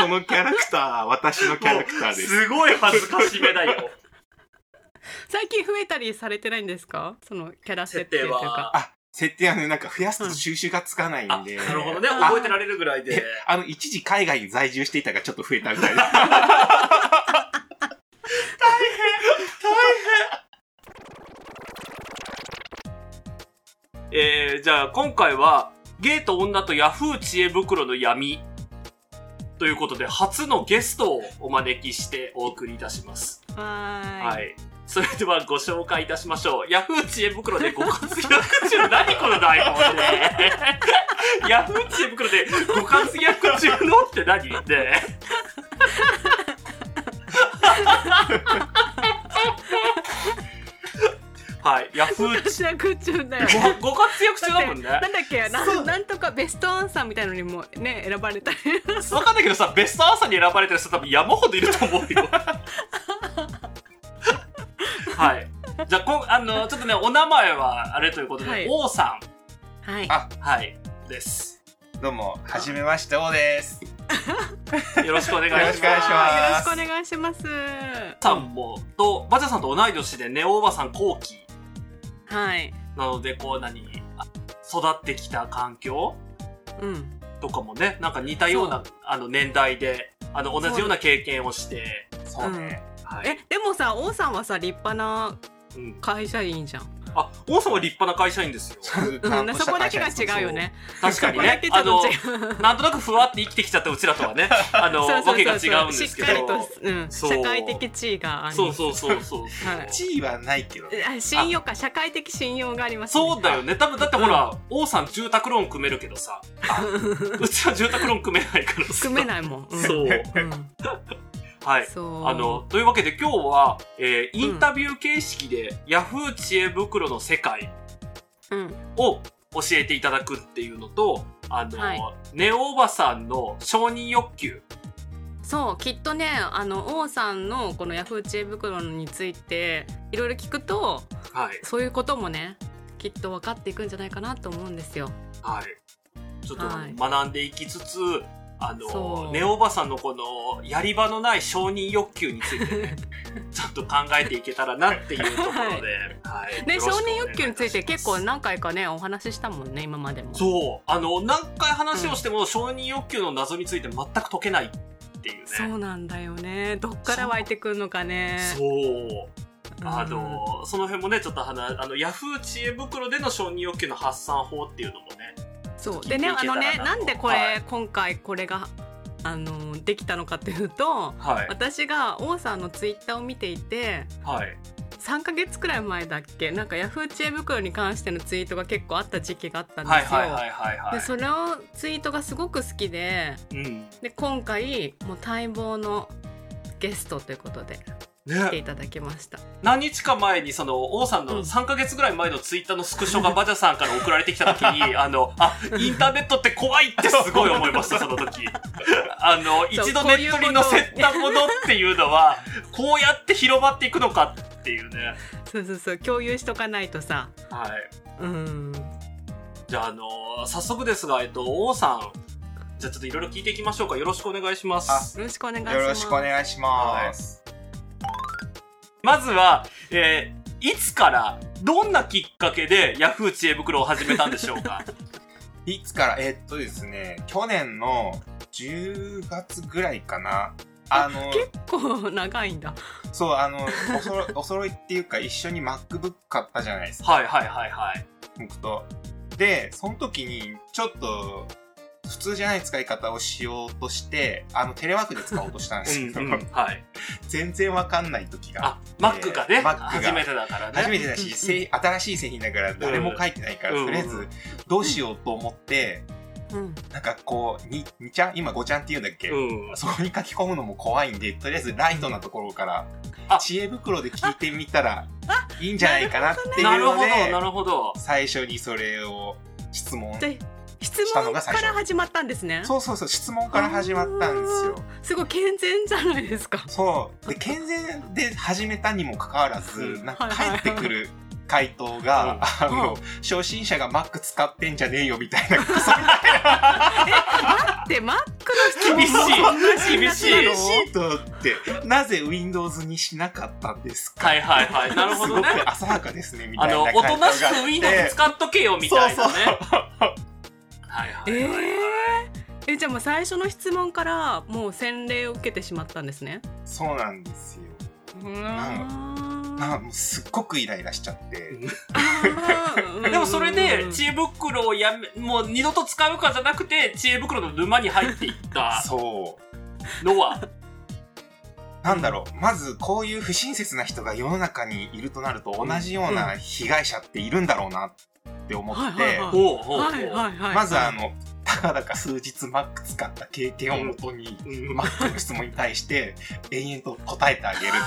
そのキャラクターは私のキャラクターです。 すごい恥ずかしめだよ。 最近増えたりされてないんですか？そのキャラ設定というか。 設定はね、なんか増やすと収集がつかないんで。 なるほどね。覚えてられるぐらいで。 一時海外に在住していたがちょっと増えたみたいな。 じゃあ今回はゲイと女とヤフー知恵袋の闇ということで初のゲストをお招きしてお送りいたします。はい。それではご紹介いたしましょう。ヤフー知恵袋でご活躍中、何この台本ね。ヤフー知恵袋でご活躍中のって何ってはい、ヤフー活躍中だよ。 ご活躍中だもんね。 なんだっけ、なんとかベストアンサーみたいのにもね選ばれたり。 わかんないけどさ、ベストアンサーに選ばれてる人多分山ほどいると思うよ。はい。じゃあちょっとね、お名前はあれということで、はい、王さん。 はい。 はいです。 どうも、はじめまして、王です。 よろしくお願いします。 よろしくお願いします。 さんもバジャさんと同い年でネオおばさん後期。 はい。 なので育ってきた環境、とかもね、なんか似たような年代で同じような経験をして、 そうね。 はい、 でもさ、王さんはさ立派な会社員じゃん。 王さんは立派な会社員ですよ。 そこだけが違うよね。 確かにね。なんとなくふわって生きてきちゃったうちらとはね、わけが違うんですけど。 しっかりと、社会的地位があります。 そう。 地位はないけど。 信用か、社会的信用があります。 そうだよね。多分だってほら、王さん住宅ローン組めるけどさ、うちは住宅ローン組めないからさ。 組めないもん。 そう。はい。というわけで今日は、インタビュー形式で、ヤフー知恵袋の世界を教えていただくっていうのと、ネオおばさんの承認欲求。 そう、きっとね、王さんのこのヤフー知恵袋について、いろいろ聞くと、そういうこともね、きっと分かっていくんじゃないかなと思うんですよ。 はい。ちょっと学んでいきつつ、ネオおばさんのこのやり場のない承認欲求についてねちょっと考えていけたらなっていうところで、 ね、承認欲求について結構何回かねお話ししたもんね、今までも。 そう、何回話をしても、承認欲求の謎について全く解けないっていうね。 そうなんだよね。どっから湧いてくるのかね。 そう、その辺もねちょっとヤフー知恵袋での承認欲求の発散法っていうのもね。 そうでね、なんでこれ、今回これができたのかっていうと、私が王さんのツイッターを見ていて、3ヶ月くらい前だっけ、なんかヤフー知恵袋に関してのツイートが結構あった時期があったんですよ。でそのツイートがすごく好きで、で今回もう待望のゲストということで来ていただきました。 何日か前に王さんの3ヶ月ぐらい前のツイッターのスクショがバジャさんから送られてきた時にインターネットって怖いってすごい思いました。その時一度ネットに載せたものっていうのはこうやって広まっていくのかっていうね。 そう共有しとかないとさ。 じゃあ早速ですが王さん、じゃあちょっといろいろ聞いていきましょうか。よろしくお願いします。 よろしくお願いします。 よろしくお願いします。 まずは、いつからどんなきっかけでヤフー知恵袋を始めたんでしょうか？ いつからですね、去年の10月ぐらいかな。 結構長いんだ。 そう、お揃いっていうか一緒に MacBook 買ったじゃないですか。僕と。でその時にちょっと普通じゃない使い方をしようとしてテレワークで使おうとしたんですけど全然わかんない時があって、 Mac がね初めてだからね、 初めてだし、新しい製品だから誰も書いてないから、とりあえずどうしようと思って、なんかこう2ちゃん今5ちゃんって言うんだっけ、そこに書き込むのも怖いんで、とりあえずライトなところから知恵袋で聞いてみたらいいんじゃないかなっていうので、 なるほど最初にそれを質問から始まったんですね。 そう質問から始まったんですよ。 すごい健全じゃないですか。 そうで健全で始めたにもかかわらず、なんか回答が、初心者が Mac 使ってんじゃねえよみたいなクソみたいな。 待って、Mac の質問厳しいとってなぜ Windows にしなかったんですか。 はいはいはい、なるほどね。 すごく浅はかですねみたいな。 おとなしく Windows 使っとけよみたいなね。 じゃあもう最初の質問からもう洗礼を受けてしまったんですね。 そうなんですよ。すっごくイライラしちゃってでもそれで知恵袋をもう二度と使うかじゃなくて知恵袋の沼に入っていったのはなんだろう、まずこういう不親切な人が世の中にいるとなると同じような被害者っているんだろうなって思ってまずたかだか数日 Mac 使った経験をもとに、Mac の質問に対して延々と答えてあげる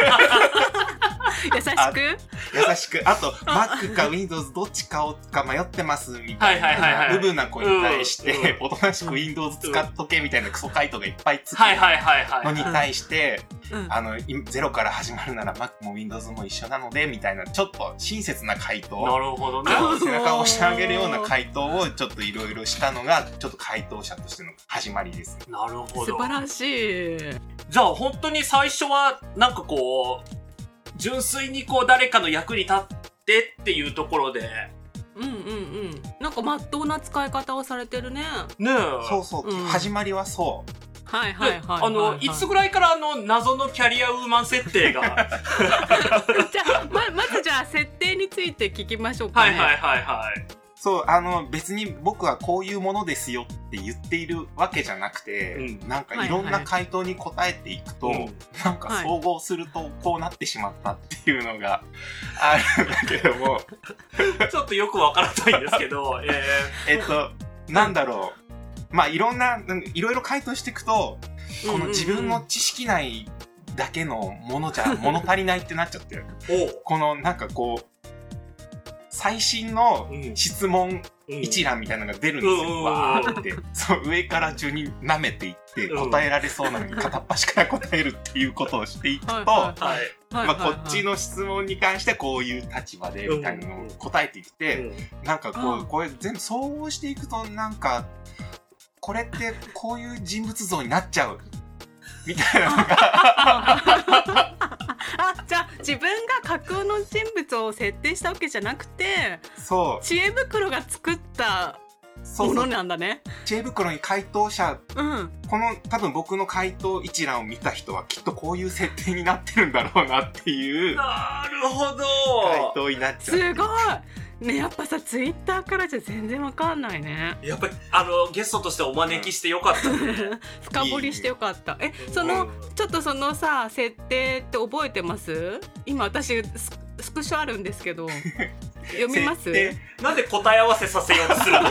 っていう優しくあと Mac か Windows どっち買おうか迷ってますみたいな部分な子に対しておとなしく Windows 使っとけみたいなクソ回答がいっぱいつくのに対してゼロから始まるなら Mac も Windows も一緒なのでみたいなちょっと親切な回答、 なるほどね、 背中を押してあげるような回答をちょっといろいろしたのがちょっと回答者としての始まりです。 なるほど、 素晴らしい。 じゃあ本当に最初はなんかこう純粋にこう誰かの役に立ってっていうところでなんか真っ当な使い方をされてるね。 ねえ、 そう、始まりはそういつぐらいから謎のキャリアウーマン設定がじゃあまずじゃあ設定について聞きましょうかね。 そう別に僕はこういうものですよって言っているわけじゃなくて、なんかいろんな回答に答えていくと、なんか総合するとこうなってしまったっていうのがあるんだけどもちょっとよくわからないんですけどなんだろう、いろいろ回答していくと、この自分の知識内だけのものじゃ物足りないってなっちゃってるこのなんかこう最新の質問一覧みたいなのが出るんですよ。わーって。そう上から順に舐めていって答えられそうなのに片っ端から答えるっていうことをしていくと、こっちの質問に関してこういう立場でみたいなのを答えていって、なんかこれ全部総合していくとなんかこれってこういう人物像になっちゃうみたいなのがじゃあ自分が架空の人物を設定したわけじゃなくて、知恵袋が作ったものなんだね。 知恵袋に回答者、この多分僕の回答一覧を見た人はきっとこういう設定になってるんだろうなっていうなるほど回答になっちゃう。 すごいね、やっぱさツイッターからじゃ全然わかんないね。 やっぱりゲストとしてお招きしてよかった、 深掘りしてよかった。ちょっとそのさ設定って覚えてます？今私スクショあるんですけど読みます？ なんで答え合わせさせようとするの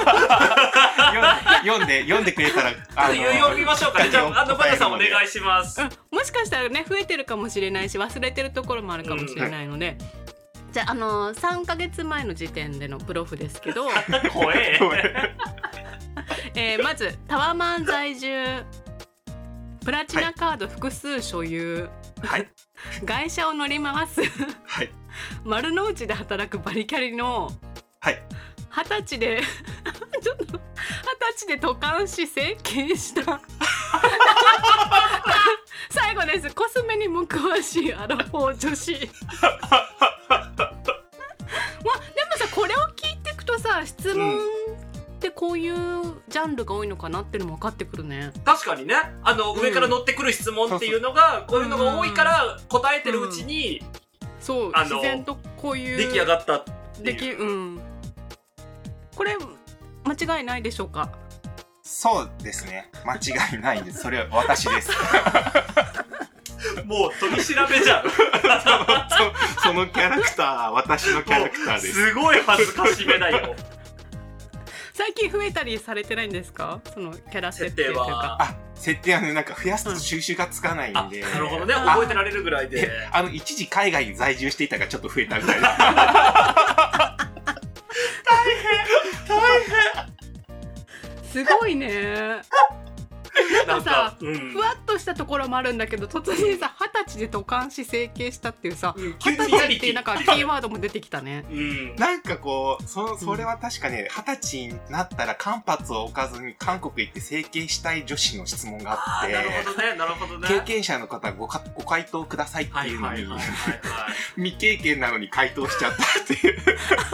読んでくれたら読みましょうかね。じゃあバナさんお願いします。 もしかしたらね増えてるかもしれないし忘れてるところもあるかもしれないので、じゃあ3ヶ月前の時点でのプロフですけど怖まずタワマン在住、プラチナカード複数所有、外車を乗り回す、丸の内で働くバリキャリの、20歳で渡韓し整形した最後です。コスメにも詳しいアラフォー女子でもさこれを聞いていくとさ質問ってこういうジャンルが多いのかなっていうのも分かってくるね。 確かにね、上から乗ってくる質問っていうのがこういうのが多いから答えてるうちに、 そう自然とこういう出来上がったっていう、 これ間違いないでしょうか？ そうですね、間違いないです。それは私ですもう取り調べじゃんそのキャラクター私のキャラクターです。 すごい恥ずかしめだよ最近増えたりされてないんですか？そのキャラ設定というか。 設定はね、なんか増やすと収集がつかないんで、 なるほどね、覚えてられるぐらいで一時海外に在住していたがちょっと増えたぐらい大変すごいね。 なんかさ、ふわっとしたところもあるんだけど、突然さ、20歳で渡韓し整形したっていうさ、20歳っていうなんかキーワードも出てきたね。 なんかこう、それは確かね、20歳になったら間髪を置かずに韓国行って整形したい女子の質問があって、 なるほどね、なるほどね。 経験者の方ご回答くださいっていうのに、未経験なのに回答しちゃったっていう。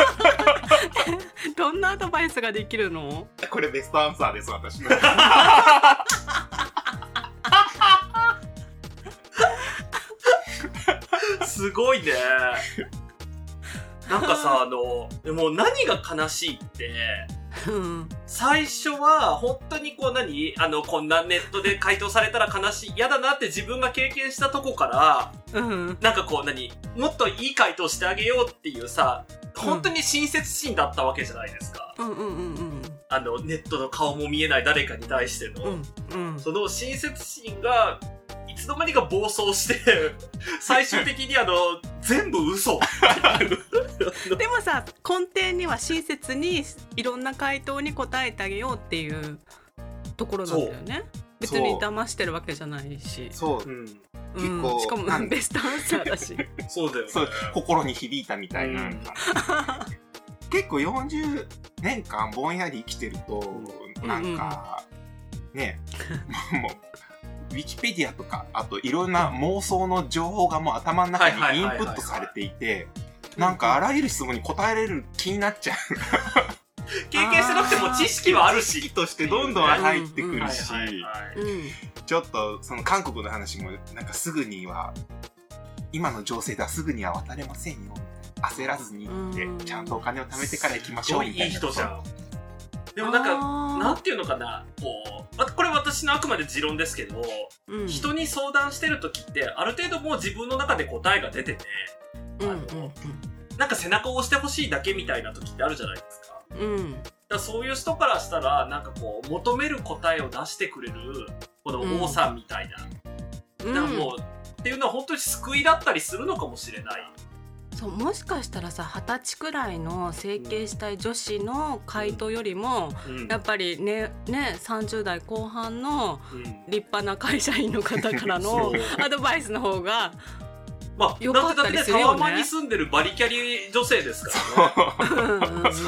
どんなアドバイスができるの？ これベストアンサーです、私の。 すごいね。なんかさ、でも何が悲しいって、最初は本当にこうこんなネットで回答されたら悲しい、嫌だなって自分が経験したとこから、なんかこうもっといい回答してあげようっていうさ、本当に親切心だったわけじゃないですか。ネットの顔も見えない誰かに対しての、その親切心がいつの間にか暴走して最終的に全部嘘。 でもさ、根底には親切にいろんな回答に答えてあげようっていうところなんだよね。別に騙してるわけじゃないし。 そう。結構しかもベストアンサーだし。 そうだよね。 心に響いたみたいな。結構40年間ぼんやり生きてると、なんかね、もうウィキペディアとか、あといろんな妄想の情報がもう頭の中にインプットされていて、なんかあらゆる質問に答えれる気になっちゃう。 経験してなくても知識はあるし、 知識としてどんどん入ってくるし、ちょっとその韓国の話もなんかすぐには、今の情勢ではすぐには渡れませんよ。焦らずにって、ちゃんとお金を貯めてから行きましょうみたいな。いい人じゃん。でもなんか、なんていうのかな、 これ私のあくまで持論ですけど、人に相談してる時って、ある程度もう自分の中で答えが出てて、なんか背中を押してほしいだけみたいな時ってあるじゃないですか。だからそういう人からしたら、なんかこう、求める答えを出してくれる、この王さんみたいな。だからもう、っていうのは本当に救いだったりするのかもしれない。 そう、もしかしたらさ、20歳くらいの整形したい女子の回答よりも、やっぱりね30代後半の立派な会社員の方からのアドバイスの方が良かったりするよね。 タワマンに住んでるバリキャリ女性ですからね。そう。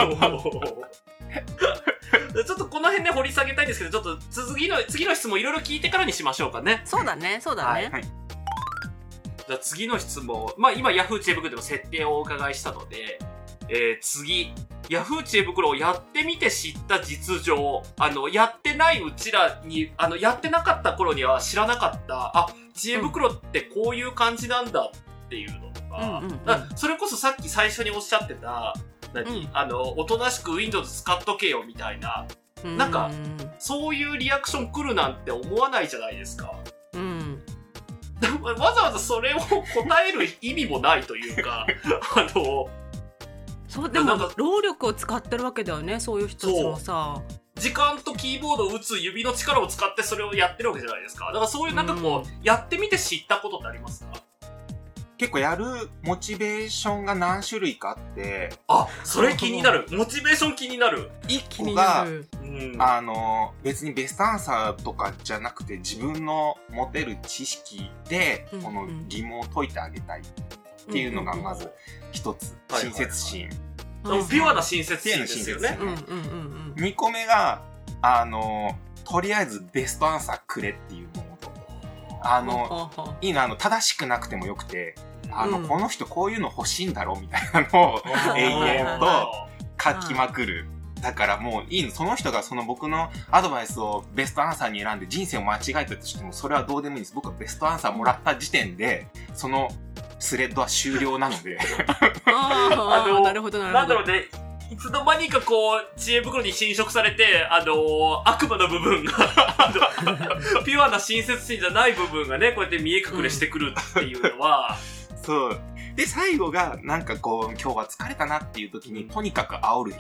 ちょっとこの辺で掘り下げたいんですけど、ちょっと次の質問いろいろ聞いてからにしましょうかね。 そうだね。はいじゃあ次の質問。今 Yahoo! 知恵袋でも設定をお伺いしたので、次。Yahoo! 知恵袋をやってみて知った実情。やってないうちらに、やってなかった頃には知らなかった、知恵袋ってこういう感じなんだっていうのとか、それこそさっき最初におっしゃってた、おとなしく Windows 使っとけよみたいな、なんか、そういうリアクション来るなんて思わないじゃないですか。わざわざそれを答える意味もないというか、 そう、でも労力を使ってるわけだよね、そういう人たちもさ。 時間とキーボードを打つ指の力を使ってそれをやってるわけじゃないですか。だからそういうなんかこう、やってみて知ったことってありますか？ 結構やるモチベーションが何種類かあって。 それ気になる。モチベーション気になる。 一個が、別にベストアンサーとかじゃなくて自分の持てる知識で、この疑問を解いてあげたいっていうのがまず一つ、親切心。 ピュアな親切心ですよね。 2個目が、とりあえずベストアンサーくれっていうものと。いいの、正しくなくてもよくて、この人こういうの欲しいんだろみたいなのを永遠と書きまくる。だからもういいの、その人がその僕のアドバイスをベストアンサーに選んで人生を間違えたとしてもそれはどうでもいいんです。僕はベストアンサーもらった時点でそのスレッドは終了なので。 なるほど。 なんだろうね。いつの間にかこう、知恵袋に侵食されて、悪魔の部分が、ピュアな親切心じゃない部分がね、こうやって見え隠れしてくるっていうのは、 そう。で、最後が、なんかこう、今日は疲れたなっていう時に、とにかく煽る日。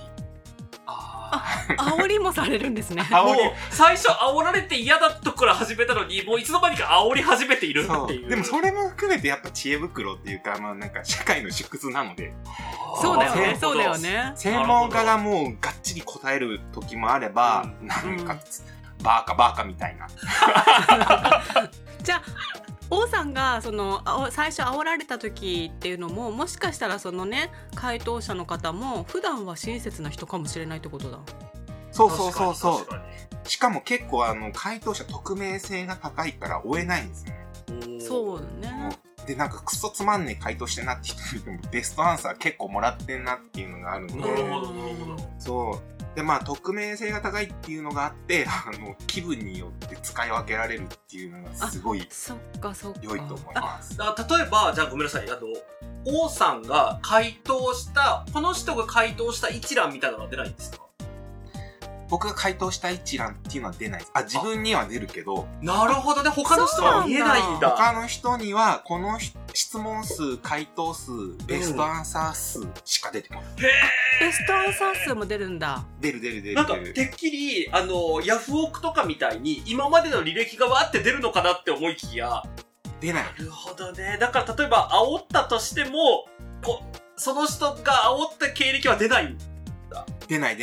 煽りもされるんですね。 もう、最初煽られて嫌だったから始めたのに、もういつの間にか煽り始めているっていう。 でもそれも含めてやっぱ知恵袋っていうか、なんか社会の縮図なので。 そうだよね。 専門家がもうがっちり答える時もあれば、なんか、 バーカみたいな。 じゃあ王さんがその最初煽られた時っていうのも、もしかしたらそのね回答者の方も普段は親切な人かもしれないってことだ。 そう。しかも結構回答者匿名性が高いから追えないんですよね。 そうね。 でなんかクソつまんねえ回答してんなって人見てもベストアンサー結構もらってんなっていうのがあるので。 なるほど。 そうで匿名性が高いっていうのがあって気分によって使い分けられるっていうのがすごい良いと思います。 例えばじゃあごめんなさい、王さんが回答したこの人が回答した一覧みたいなのは出ないんですか？ 僕が回答した一覧っていうのは出ないです。自分には出るけど。 なるほどね。他の人は見えないんだ。 他の人にはこの質問数、回答数、ベストアンサー数しか出てこない。 ベストアンサー数も出るんだ。 出る。 なんかてっきりヤフオクとかみたいに今までの履歴がわーって出るのかなって思いきや出ない。 なるほどね。だから例えば煽ったとしてもその人が煽った経歴は出ないんだ。 出ない。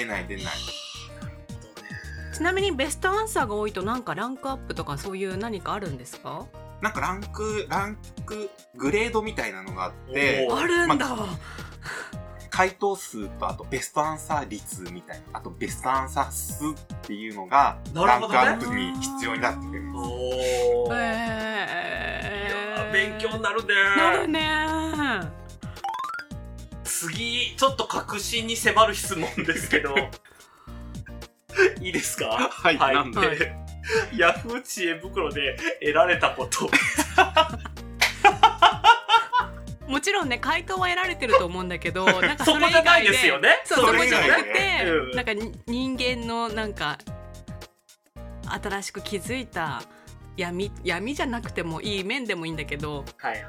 ちなみにベストアンサーが多いとなんかランクアップとかそういう何かあるんですか？ なんかランクグレードみたいなのがあってあるんだ、 回答数とあとベストアンサー率みたいな、あとベストアンサー数っていうのがランクアップに必要になってくるんです。 いや勉強になるね。 なるね。 次ちょっと確信に迫る質問ですけどいいですか？ はい。なんでヤフー知恵袋で得られたこともちろんね回答は得られてると思うんだけど、なんかそれ以外でそこじゃないですよね。 そこじゃなくて、なんか人間のなんか新しく気づいた闇じゃなくてもいい面でもいいんだけど、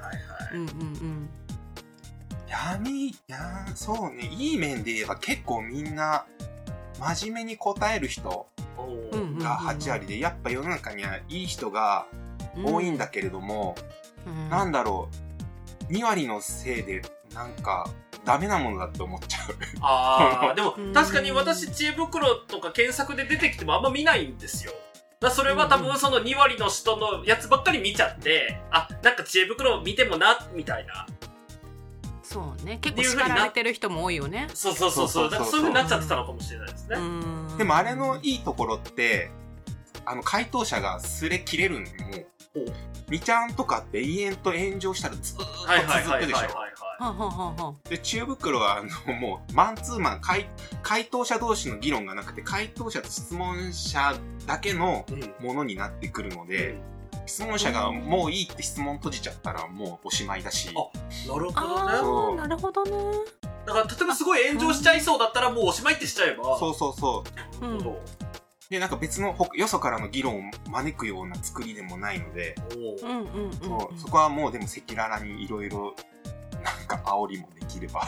そうね、いい面で言えば結構みんな真面目に答える人が8割で、やっぱ世の中にはいい人が多いんだけれども、なんだろう、2割のせいでなんかダメなものだって思っちゃう。でも確かに私知恵袋とか検索で出てきてもあんま見ないんですよ。それは多分その2割の人のやつばっかり見ちゃって、なんか知恵袋見てもなみたいな。 そうね、結構叱られてる人も多いよね。 そう。だからそういう風になっちゃってたのかもしれないですね。 でもあれのいいところって回答者がすれ切れるのも2ちゃんとかって永遠と炎上したらずっと続くでしょ。で知恵袋はもうマンツーマン回答者同士の議論がなくて回答者と質問者だけのものになってくるので、質問者がもういいって質問閉じちゃったらもうおしまいだし。 なるほどね。 なるほどね。 だから例えばすごい炎上しちゃいそうだったらもうおしまいってしちゃえば。 そう。でなんか別のよそからの議論を招くような作りでもないので、そこはもうでも赤裸々にいろいろなんか煽りもできれば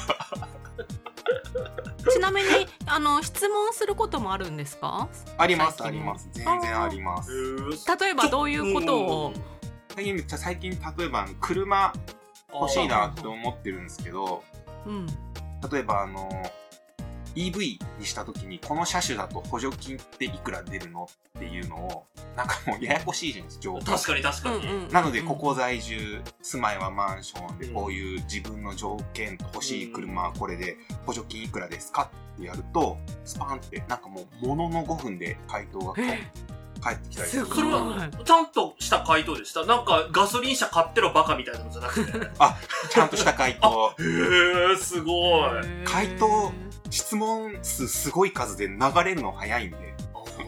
ちなみに質問することもあるんですか？ あります。全然あります。 例えばどういうことを？ 最近例えば車欲しいなって思ってるんですけど、例えばEV にした時にこの車種だと補助金っていくら出るのっていうのをなんかもうややこしいじゃないですか、情報。 確かに。 なのでここ在住、住まいはマンションでこういう自分の条件と欲しい車はこれで補助金いくらですかってやるとスパンってなんかもうものの5分で回答が返ってきたりする。 それはちゃんとした回答でした。なんかガソリン車買ってろバカみたいなのじゃなくてちゃんとした回答。 すごい。 回答質問数すごい数で流れるの早いんで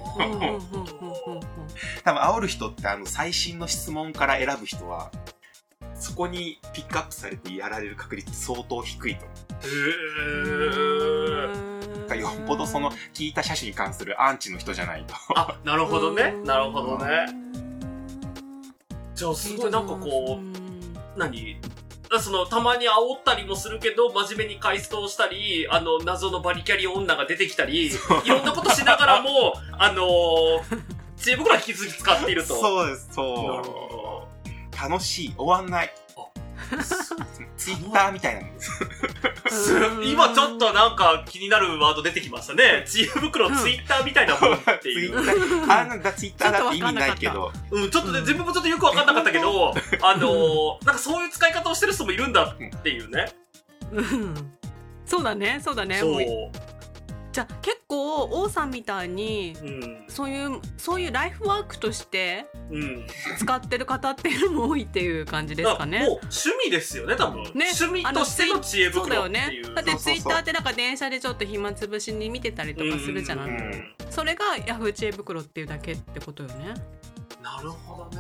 多分煽る人って最新の質問から選ぶ人はそこにピックアップされてやられる確率相当低いと思う。よっぽどその聞いた車種に関するアンチの人じゃないとなるほどね。じゃあすごいなんかこうたまに煽ったりもするけど真面目に回答したり謎のバリキャリ女が出てきたりいろんなことしながらも知恵袋は引き続き使っていると。 そうです。楽しい。終わんない。 ツイッターみたいなもんです。 今ちょっとなんか気になるワード出てきましたね。知恵袋ツイッターみたいなもんっていう。 ツイッターだって意味ないけど。 ちょっとね、自分もちょっとよくわかんなかったけど、なんかそういう使い方をしてる人もいるんだっていうね。 そうだね。 そう。 じゃあ結構王さんみたいに、そういうライフワークとして使ってる方っていうのも多いっていう感じですかね。 もう趣味ですよね、多分。ね、趣味としての知恵袋っていう。そうだよね。 だってツイッターってなんか電車でちょっと暇つぶしに見てたりとかするじゃない。それがヤフー知恵袋っていうだけってことよね。 なるほどね。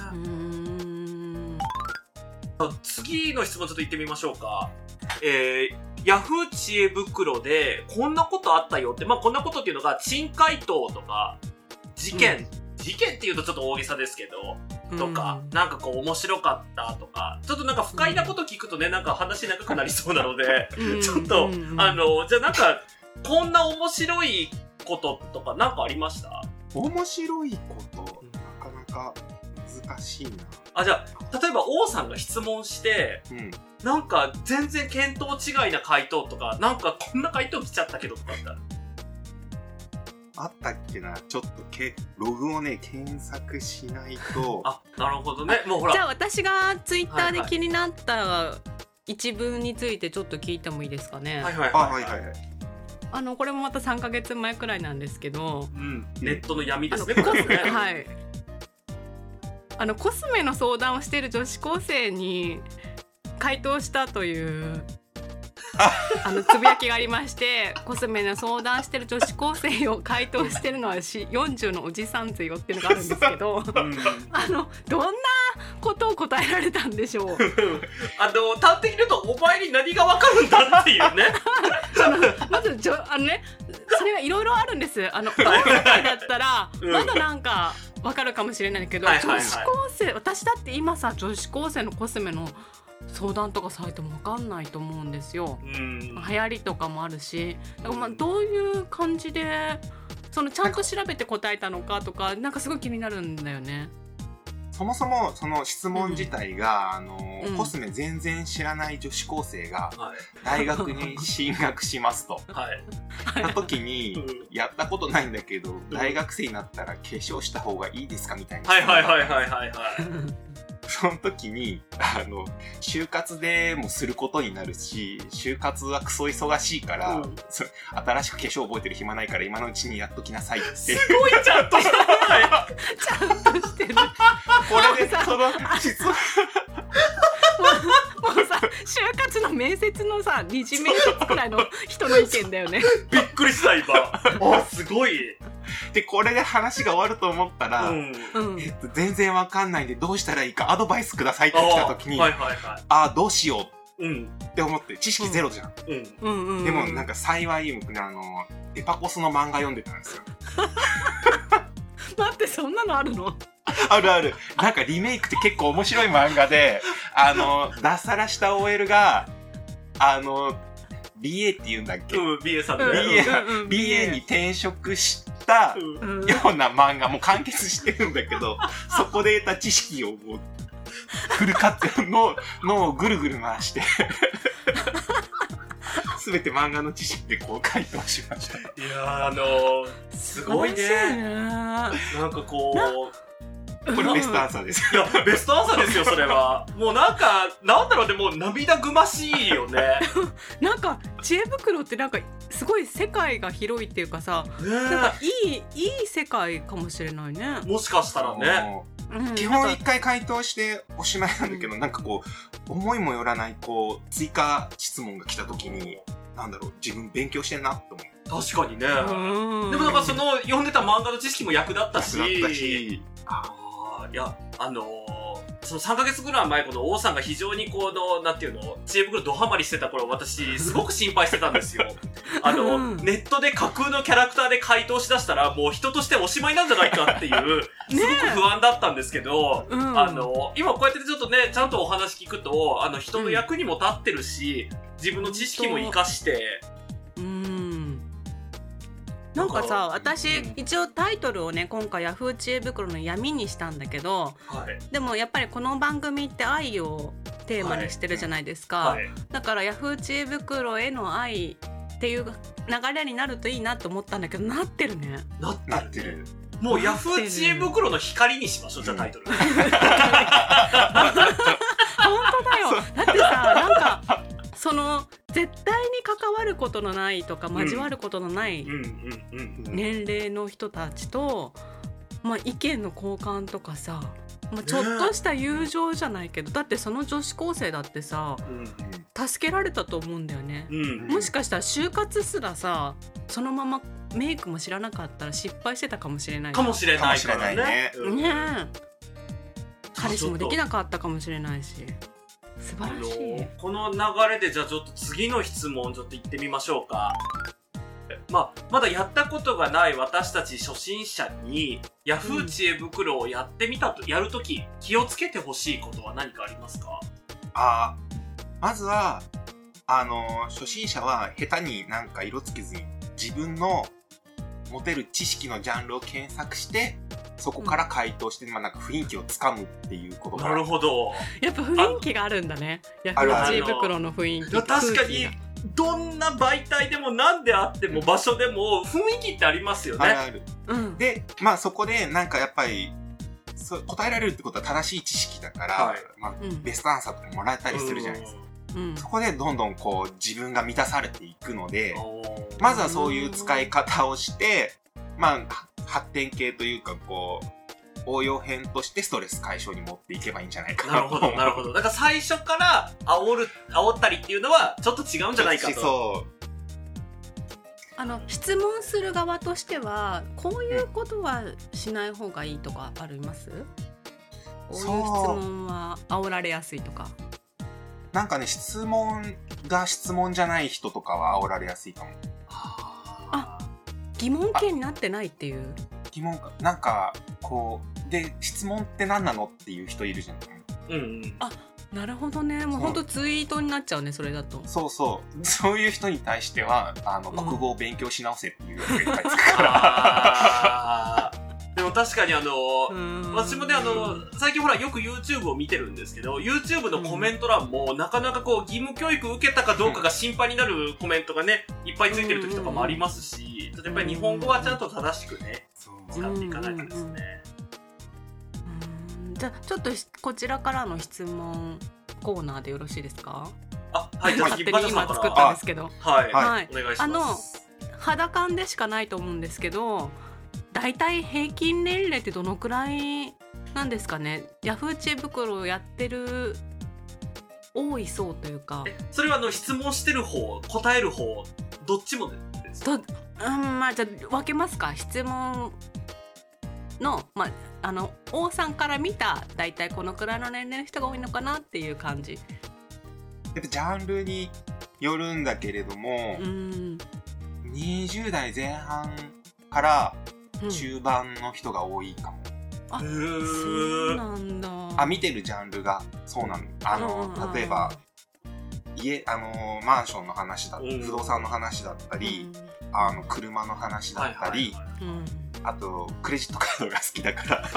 次の質問ちょっと言ってみましょうか。ヤフー知恵袋でこんなことあったよって、こんなことっていうのが珍回答とか事件っていうとちょっと大げさですけど、とかなんかこう面白かったとか、ちょっとなんか不快なこと聞くとね、なんか話長くなりそうなので、ちょっとじゃあなんかこんな面白いこととかなんかありました？ 面白いこと、なかなか難しいな。 じゃあ例えば王さんが質問して、なんか全然見当違いな回答とか、なんかこんな回答来ちゃったけどとかあったっけな。ちょっとログをね検索しないと。 なるほどね。もうほら。 じゃあ私がツイッターで気になった一文についてちょっと聞いてもいいですかね。これもまた3ヶ月前くらいなんですけど、 ネットの闇ですね。 はい。コスメの相談をしている女子高生に回答したというつぶやきがありまして、コスメの相談してる女子高生を回答してるのは40のおじさんぜよっていうのがあるんですけど、どんなことを答えられたんでしょう。 端的に言うとお前に何が分かるんだっていうね。 まずそれがいろいろあるんです。今回だったらまだなんか分かるかもしれないけど、女子高生、私だって今さ女子高生のコスメの相談とかされても分かんないと思うんですよ。流行りとかもあるし、どういう感じでちゃんと調べて答えたのかとか、なんかすごい気になるんだよね。 そもそもその質問自体が、コスメ全然知らない女子高生が大学に進学しますと。た時に、やったことないんだけど、大学生になったら化粧した方がいいですかみたいな。その時に就活でもすることになるし、就活はクソ忙しいから、新しく化粧覚えてる暇ないから今のうちにやっときなさいって。 すごいちゃんとした答え。 ちゃんとしてる。これでその質問もうさ、就活の面接のさ、二次面接くらいの人の意見だよね。 びっくりした今。すごい。 でこれで話が終わると思ったら、全然わかんないんでどうしたらいいかアドバイスくださいって来た時に、どうしようって思って、知識ゼロじゃん。でもなんか幸いデパコスの漫画読んでたんですよ。 待って、そんなのあるの？ あるある。なんかリメイクって結構面白い漫画で、脱サラした OL がBA って言うんだっけ、 BA さんね。 BA に転職したような漫画も完結してるんだけど、そこで得た知識をもうフル活用脳をぐるぐる回して全て漫画の知識でこう回答しました。 いやすごいね。なんかこう、 これベストアンサーです。 いや、ベストアンサーですよ、それは。もうなんだろうね、もう涙ぐましいよね。 なんか、知恵袋ってなんか、すごい世界が広いっていうかさ、なんかいい世界かもしれないね。 もしかしたらね。 基本一回回答しておしまいなんだけど、なんかこう、思いもよらない、こう、追加質問が来た時に、なんだろう、自分勉強してんなって思う。 確かにね。でもなんか読んでた漫画の知識も役立ったし。いや、その3ヶ月ぐらい前、この王さんが非常になんていうの、知恵袋ドハマりしてた頃、私、すごく心配してたんですよ。ネットで架空のキャラクターで回答しだしたら、もう人としておしまいなんじゃないかっていう、すごく不安だったんですけど、今こうやってちょっとね、ちゃんとお話聞くと、人の役にも立ってるし、自分の知識も活かして、 なんかさ、私一応タイトルをね、今回ヤフー知恵袋の闇にしたんだけど、でもやっぱりこの番組って愛をテーマにしてるじゃないですか、だからヤフー知恵袋への愛っていう流れになるといいなと思ったんだけど、なってるね。 なってる。もうヤフー知恵袋の光にしましょう、じゃあタイトル。本当だよ。だってさ、なんかその絶対に関わることのないとか交わることのない年齢の人たちと、まあ、意見の交換とかさ、まあ、ちょっとした友情じゃないけど、だってその女子高生だってさ、助けられたと思うんだよね、もしかしたら就活すらさ、そのままメイクも知らなかったら失敗してたかもしれないかもしれないからね。 彼氏もできなかったかもしれないし、素晴らしい。 この流れでじゃあちょっと次の質問ちょっと行ってみましょうか。まだやったことがない私たち初心者にヤフー知恵袋をやってみたと、やるとき気をつけてほしいことは何かありますか？ まずは初心者は下手になんか色つけずに自分の持てる知識のジャンルを検索してそこから回答して、なんか雰囲気をつかむっていうことが。 なるほど。 やっぱ雰囲気があるんだね、ヤフー知恵袋の雰囲気。 確かにどんな媒体でも何であっても場所でも雰囲気ってありますよね。 ある。で、そこでなんかやっぱり答えられるってことは正しい知識だから、ベストアンサーとかもらえたりするじゃないですか。そこでどんどんこう自分が満たされていくので、まずはそういう使い方をして、発展系というかこう応用編としてストレス解消に持っていけばいいんじゃないかな。 なるほどなるほど。だから最初から煽ったりっていうのはちょっと違うんじゃないかと。 そう。 質問する側としてはこういうことはしない方がいいとかあります？こういう質問は煽られやすいとか。 なんかね、質問が質問じゃない人とかは煽られやすいかも。 疑問形になってないっていう。 疑問か、なんかこうで質問って何なのっていう人いるじゃん。 なるほどね。もう本当ツイートになっちゃうね、それだと。 そういう人に対しては国語を勉強し直せっていうのがいっぱいつくから。 でも確かに私もね最近ほらよく YouTube を見てるんですけど、 YouTube のコメント欄もなかなかこう義務教育受けたかどうかが心配になるコメントがねいっぱいついてる時とかもありますし、やっぱり日本語はちゃんと正しくね使っていかないとですね。 じゃあちょっとこちらからの質問コーナーでよろしいですか？ はい、じゃあ勝手に今作ったんですけど、 はい、お願いします。 肌感でしかないと思うんですけど、だいたい平均年齢ってどのくらいなんですかね？ヤフー知恵袋をやってる多い層というか。 それは質問してる方答える方どっちもですか？じゃあ分けますか。質問の王さんから見ただいたいこのくらいの年齢の人が多いのかなっていう感じ。 やっぱジャンルによるんだけれども、20代前半から中盤の人が多いかも。 そうなんだ。 見てるジャンルがそうなの。例えばマンションの話だったり、不動産の話だったり、車の話だったり、あとクレジットカードが好きだから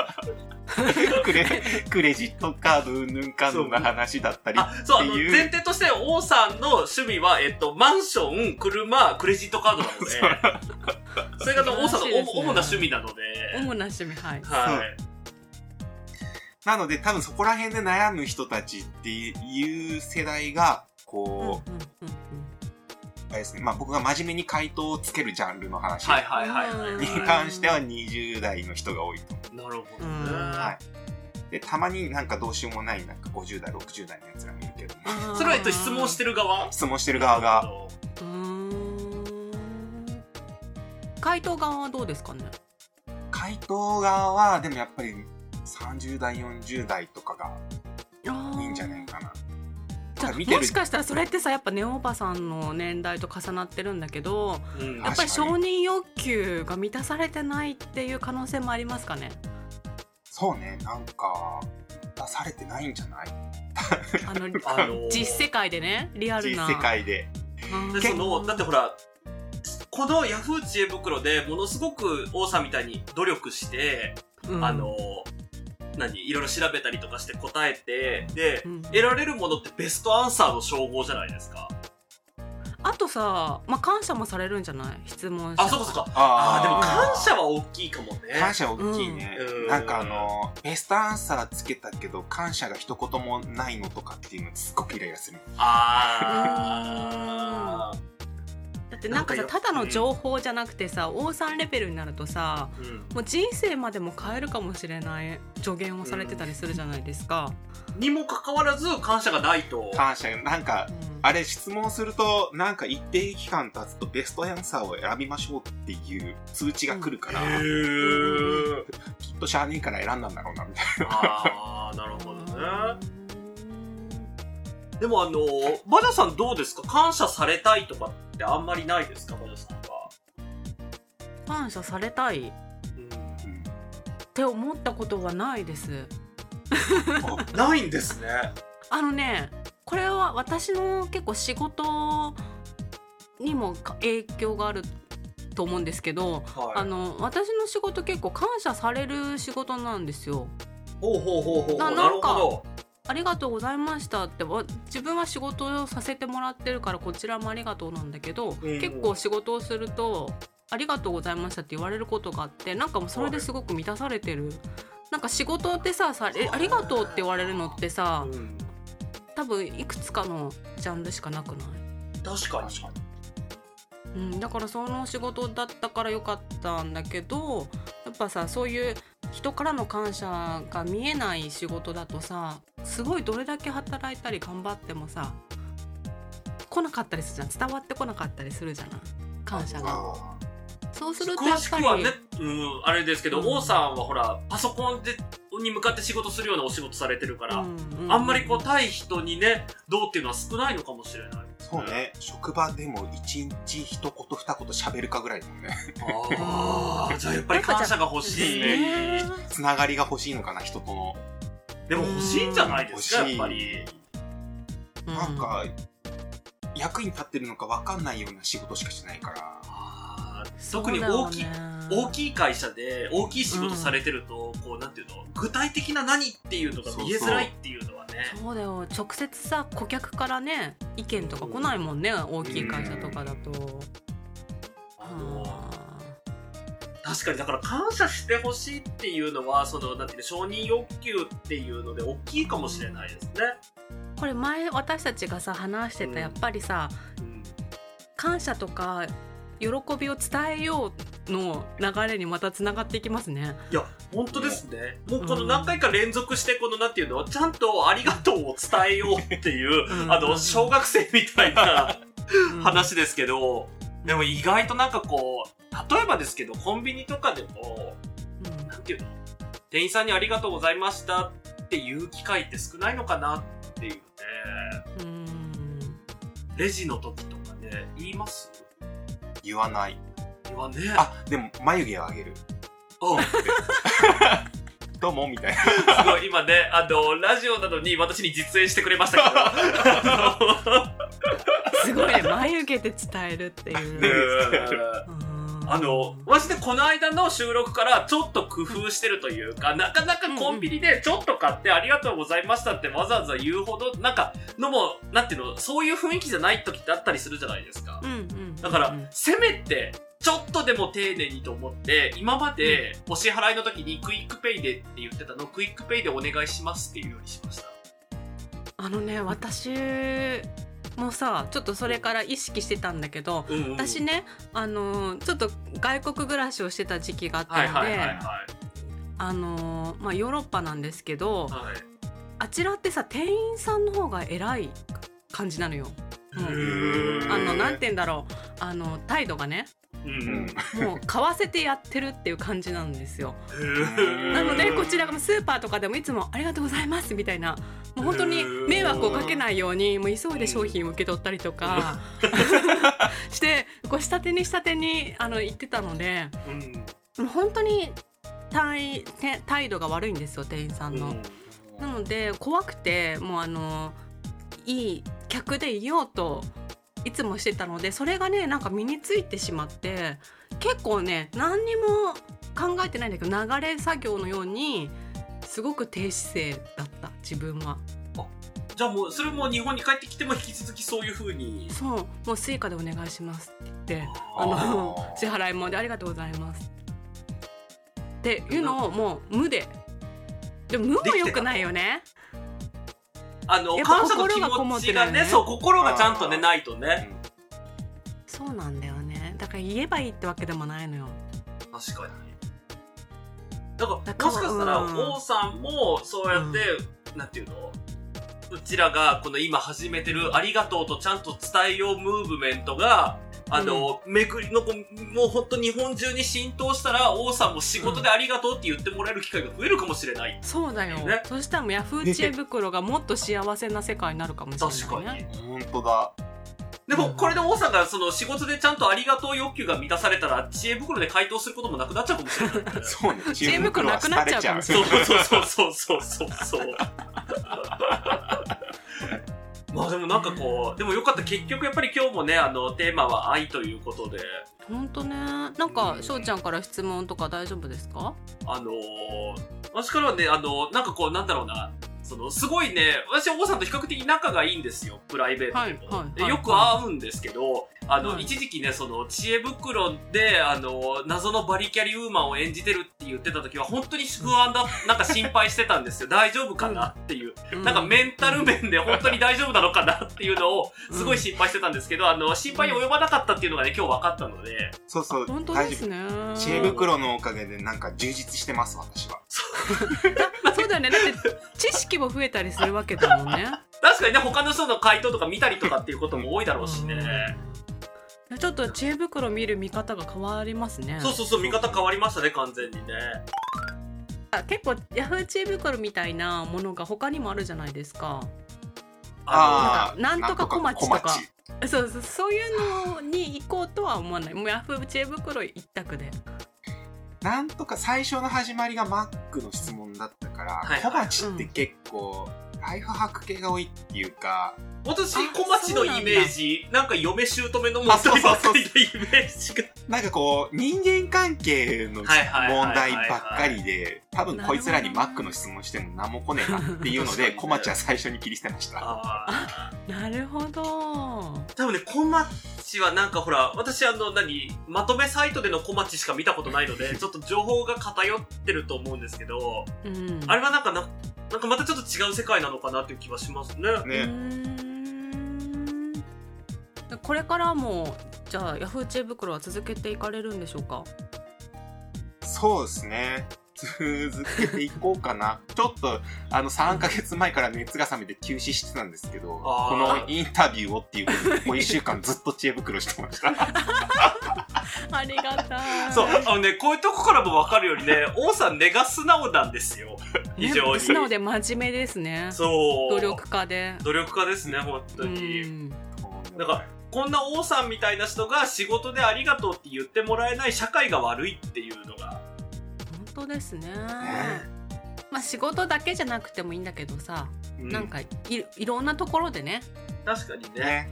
クレジットカードうんぬんかんぬんの話だったりっていう。 前提として王さんの趣味はマンション、車、クレジットカードなのでそれが王さんの主な趣味なので。 主な趣味、はい。 なので多分そこら辺で悩む人たちっていう世代がこう、あれですね、僕が真面目に回答をつけるジャンルの話に関しては20代の人が多いと思う。 なるほどね。 でたまになんかどうしようもないなんか50代60代のやつらもいるけど、 それは質問してる側が回答側はどうですかね？ 回答側はでもやっぱり30代40代とかがいいんじゃないかな。 もしかしたらそれってさ、やっぱネオバさんの年代と重なってるんだけど、やっぱり承認欲求が満たされてないっていう可能性もありますかね？ そうね、なんか出されてないんじゃない？ 実世界でね、リアルな実世界で。 だってほらこのヤフー知恵袋でものすごく王さんみたいに努力して、なんいろいろ調べたりとかして答えて、で、得られるものってベストアンサーの称号じゃないですか。 あとさ、感謝もされるんじゃない？質問者。あ、そうかそうか。でも感謝は大きいかもね。 感謝は大きいね。なんかベストアンサーつけたけど、感謝が一言もないのとかっていうのすっごくイライラする。 だってなんかさ、ただの情報じゃなくてさ、王さんレベルになるとさ、もう人生までも変えるかもしれない助言をされてたりするじゃないですか。 にもかかわらず感謝がないと。 感謝、なんか、あれ質問すると、なんか一定期間経つとベストアンサーを選びましょうっていう通知が来るから、きっとしゃあねえから選んだんだろうな、みたいな。 なるほどね。でもバジャさんどうですか？感謝されたいとかってあんまりないですか？バジャさんは。 感謝されたい、って思ったことはないです。 ないんですね。 これは私の結構仕事にも影響があると思うんですけど、私の仕事結構感謝される仕事なんですよ。なんかありがとうございましたって自分は仕事をさせてもらってるからこちらもありがとうなんだけど、結構仕事をするとありがとうございましたって言われることがあって、なんかもうそれですごく満たされてる。なんか仕事ってさありがとうって言われるのってさ、多分いくつかのジャンルしかなくない？ 確かに。だからその仕事だったからよかったんだけど、やっぱさ、そういう人からの感謝が見えない仕事だとさ、すごいどれだけ働いたり頑張ってもさ来なかったりするじゃん。伝わってこなかったりするじゃない、感謝が。そうするとやっぱり詳しくはね、あれですけど、王さんはほらパソコンに向かって仕事するようなお仕事されてるから、あんまり対人にねどうっていうのは少ないのかもしれない。 そうね、職場でも一日一言二言喋るかぐらいだもんね。 じゃあやっぱり感謝が欲しい、 つながりが欲しいのかな、人との。 でも欲しいんじゃないですか、やっぱり。 なんか役に立ってるのか分かんないような仕事しかしないから。 特に大きい会社で大きい仕事されてると、なんていうの、具体的な何っていうのが見えづらいっていうのはね。 そうだよ、直接さ顧客からね意見とか来ないもんね、大きい会社とかだと。 確かに、だから感謝してほしいっていうのはなんていうの、承認欲求っていうので大きいかもしれないですね。 これ前私たちがさ話してた、やっぱりさ、感謝とか喜びを伝えようの流れにまたつながっていきますね。 いや本当ですね。もうこの何回か連続してなんていうの、ちゃんとありがとうを伝えようっていう小学生みたいな話ですけど、でも意外となんか例えばですけどコンビニとかでも、なんていうの、店員さんにありがとうございましたっていう機会って少ないのかなっていうね。レジの時とかね、言います？ 言わない。 言わねえ。 でも眉毛を上げる。どうもみたいな。 すごい今ね、ラジオなのに私に実演してくれましたけど。 すごいね、眉毛で伝えるっていう。 マジでこの間の収録からちょっと工夫してるというか、なかなかコンビニでちょっと買ってありがとうございましたってわざわざ言うほどなんかのも、なんていうの、そういう雰囲気じゃない時ってあったりするじゃないですか。だからせめてちょっとでも丁寧にと思って、今までお支払いの時にクイックペイでって言ってたのをクイックペイでお願いしますっていうようにしました。 私もうさ、ちょっとそれから意識してたんだけど、私ね、ちょっと外国暮らしをしてた時期があったので、ヨーロッパなんですけど、あちらってさ店員さんの方が偉い感じなのよ。なんて言うんだろう、態度がね、もう買わせてやってるっていう感じなんですよ。なのでこちらがスーパーとかでもいつもありがとうございますみたいな、もう本当に迷惑をかけないようにもう急いで商品を受け取ったりとかして下手に言ってたので、もう本当に態度が悪いんですよ、店員さんの。なので怖くて、もういい客でいようといつもしてたので、それがねなんか身についてしまって、結構ね何にも考えてないんだけど流れ作業のようにすごく低姿勢だった自分は。 じゃあもうそれも日本に帰ってきても引き続きそういう風に。 そう、もうスイカでお願いしますって言って支払いもでありがとうございますっていうのをもう無でも無も良くないよね。 感謝の気持ちがね、そう心がちゃんとねないとね。 そうなんだよね。だから言えばいいってわけでもないのよ。 確かに。だからもしかしたら王さんもそうやって、なんていうの、うちらがこの今始めてるありがとうとちゃんと伝えようムーブメントがめくりのもうほんと日本中に浸透したら王さんも仕事でありがとうって言ってもらえる機会が増えるかもしれない、 そうだよ、ね、そしたらもうヤフー知恵袋がもっと幸せな世界になるかもしれないね。 確かに本当だ。 でもこれで王さんがその仕事でちゃんとありがとう欲求が満たされたら知恵袋で回答することもなくなっちゃうかもしれない、ね、 そうね、 知恵袋なくなっちゃうかもしれない。 そうまあでもなんかこう、でもよかった。結局やっぱり今日もね、テーマは愛ということで。 ほんとね。なんか、しょうちゃんから質問とか大丈夫ですか？ 私からはね、なんかこう、なんだろうな。すごいね、私は王さんと比較的仲がいいんですよ。プライベートでも。でよく会うんですけど、一時期ね、知恵袋で、謎のバリキャリウーマンを演じてるって言ってた時は、本当に不安だ、なんか心配してたんですよ。大丈夫かなっていう。なんかメンタル面で本当に大丈夫なのかなっていうのを、すごい心配してたんですけど、心配に及ばなかったっていうのがね、今日分かったので。 そうそう。 本当ですね。 知恵袋のおかげでなんか充実してます、私は。 そうだよね。だって知識も増えたりするわけだもんね。 確かにね、他の人の回答とか見たりとかっていうことも多いだろうしね。 ちょっと知恵袋見る見方が変わりますね。 そう、見方変わりましたね、完全にね。 結構ヤフー知恵袋みたいなものが他にもあるじゃないですか。なんとか小町とか。そういうのに行こうとは思わない。もうヤフー知恵袋一択で。 なんとか最初の始まりがマックの質問だったから、小町って結構ライフハック系が多いっていうか、 私小町のイメージなんか嫁姑の問題ばっかりのイメージがなんかこう人間関係の問題ばっかりで、多分こいつらにマックの質問しても何も来ねえなっていうので小町は最初に切り捨てました。 なるほど。 多分ね、小町はなんかほら、私まとめサイトでの小町しか見たことないのでちょっと情報が偏ってると思うんですけど、あれはなんかまたちょっと違う世界なのかなっていう気はしますね。 これからもじゃあヤフー知恵袋は続けていかれるんでしょうか？ そうですね、続けていこうかな。ちょっと3ヶ月前から熱が冷めて休止してたんですけど、このインタビューをっていうことでここ1週間ずっと知恵袋してました。 ありがたい。 そう、こういうとこからも分かるようにね、王さん根が素直なんですよ。非常に素直で真面目ですね。 そう、 努力家ですね、本当に。 だからこんな王さんみたいな人が仕事でありがとうって言ってもらえない社会が悪いっていうのが本当ですね。まあ仕事だけじゃなくてもいいんだけどさ、なんかいろんなところでね。 確かにね。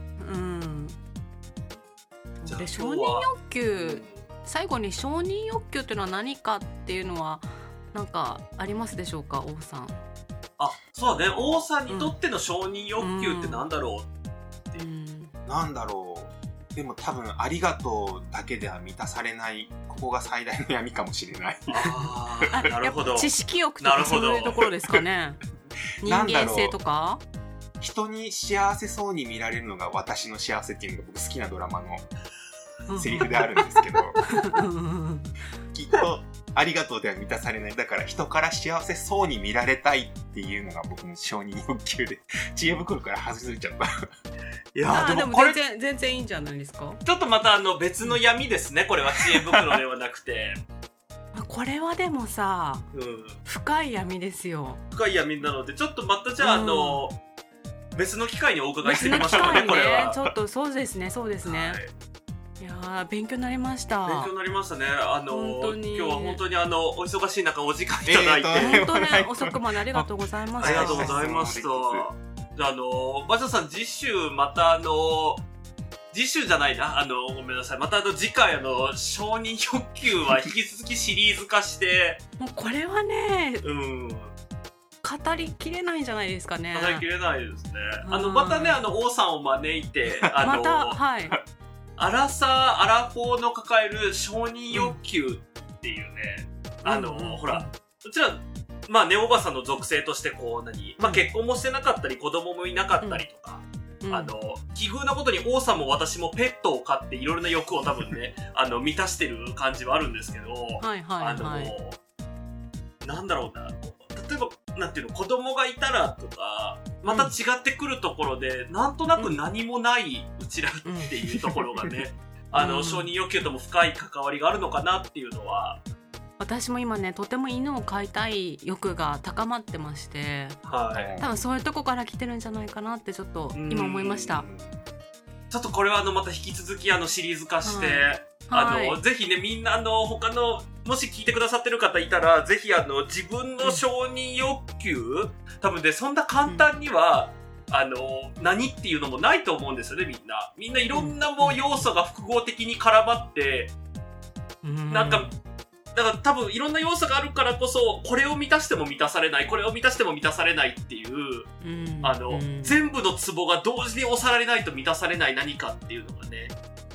で承認欲求、最後に承認欲求っていうのは何かっていうのはなんかありますでしょうか、王さん。 そうだね、王さんにとっての承認欲求ってなんだろうって、 なんだろう。でも多分ありがとうだけでは満たされない、ここが最大の闇かもしれない。 なるほど。 知識欲とかそういうところですかね。人間性とか。 人に幸せそうに見られるのが私の幸せっていうのが僕好きなドラマのセリフであるんですけど、きっとありがとうでは満たされない。だから人から幸せそうに見られたいっていうのが僕の承認欲求で、知恵袋から外れちゃった。 いやでもこれ全然いいんじゃないですか。 ちょっとまた別の闇ですね、これは知恵袋ではなくて。 これはでもさ、深い闇ですよ。 深い闇なので、ちょっとまたじゃあ別の機会にお伺いしてみましょうかね、これは。 ちょっとそうですね。いや勉強になりました。 勉強になりましたね。今日は本当にお忙しい中お時間いただいて、 本当ね、遅くまでありがとうございました。 ありがとうございました。じゃあバジャさん、次週また次週じゃないな、ごめんなさい、また次回承認欲求は引き続きシリーズ化して、 もうこれはね、 語りきれないんじゃないですかね。 語りきれないですね。またね、王さんを招いて、 また、はい。 アラサー、アラフォーの抱える承認欲求っていうね、ほら、うちら、まあね、おばさんの属性としてこう、まあ結婚もしてなかったり、子供もいなかったりとか、奇遇なことに王さんも私もペットを飼っていろいろな欲を多分ね、満たしてる感じはあるんですけど、 はいはいはい。 なんだろうな、例えば、なんていうの、子供がいたらとか、また違ってくるところで、なんとなく何もないうちらっていうところがね、承認欲求とも深い関わりがあるのかなっていうのは、 私も今ね、とても犬を飼いたい欲が高まってまして、はい、多分そういうとこから来てるんじゃないかなってちょっと今思いました。 ちょっとこれはまた引き続きシリーズ化して、ぜひね、みんな他のもし聞いてくださってる方いたら、ぜひ自分の承認欲求、多分ね、そんな簡単には、何っていうのもないと思うんですよね、みんないろんなもう要素が複合的に絡まって、なんか、だから多分いろんな要素があるからこそ、これを満たしても満たされない、これを満たしても満たされないっていう、全部のツボが同時に押されないと満たされない何かっていうのがね、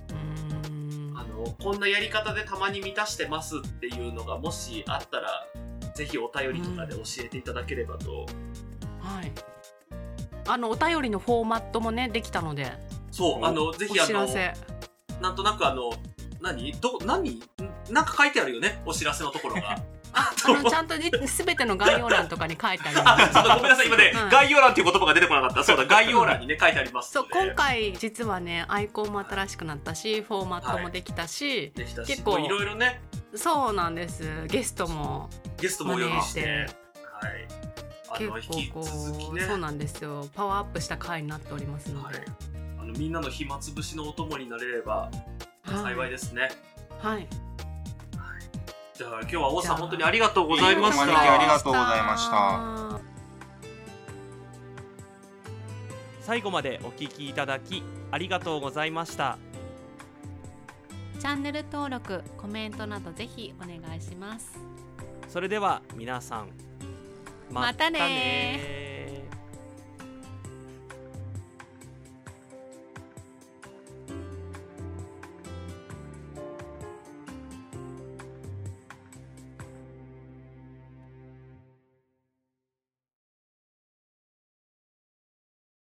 こんなやり方でたまに満たしてますっていうのがもしあったら、ぜひお便りとかで教えていただければと。 はい。お便りのフォーマットもね、できたので。 そう、ぜひお知らせ。 なんとなくなんか書いてあるよね、お知らせのところが。 ちゃんと全ての概要欄とかに書いてあります。 ちょっとごめんなさい、今ね、概要欄っていう言葉が出てこなかった。そうだ、概要欄にね、書いてあります。 そう、今回実はね、アイコンも新しくなったし、フォーマットもできたし、 結構いろいろね。 そうなんです。ゲストもお呼びして、 はい。結構そうなんですよ。パワーアップした回になっておりますので、 みんなの暇つぶしのお供になれれば幸いですね。 はい。 じゃあ今日は王さん本当にありがとうございました。 ありがとうございました。 最後までお聞きいただきありがとうございました。 チャンネル登録、コメントなどぜひお願いします。 それでは皆さん、またね。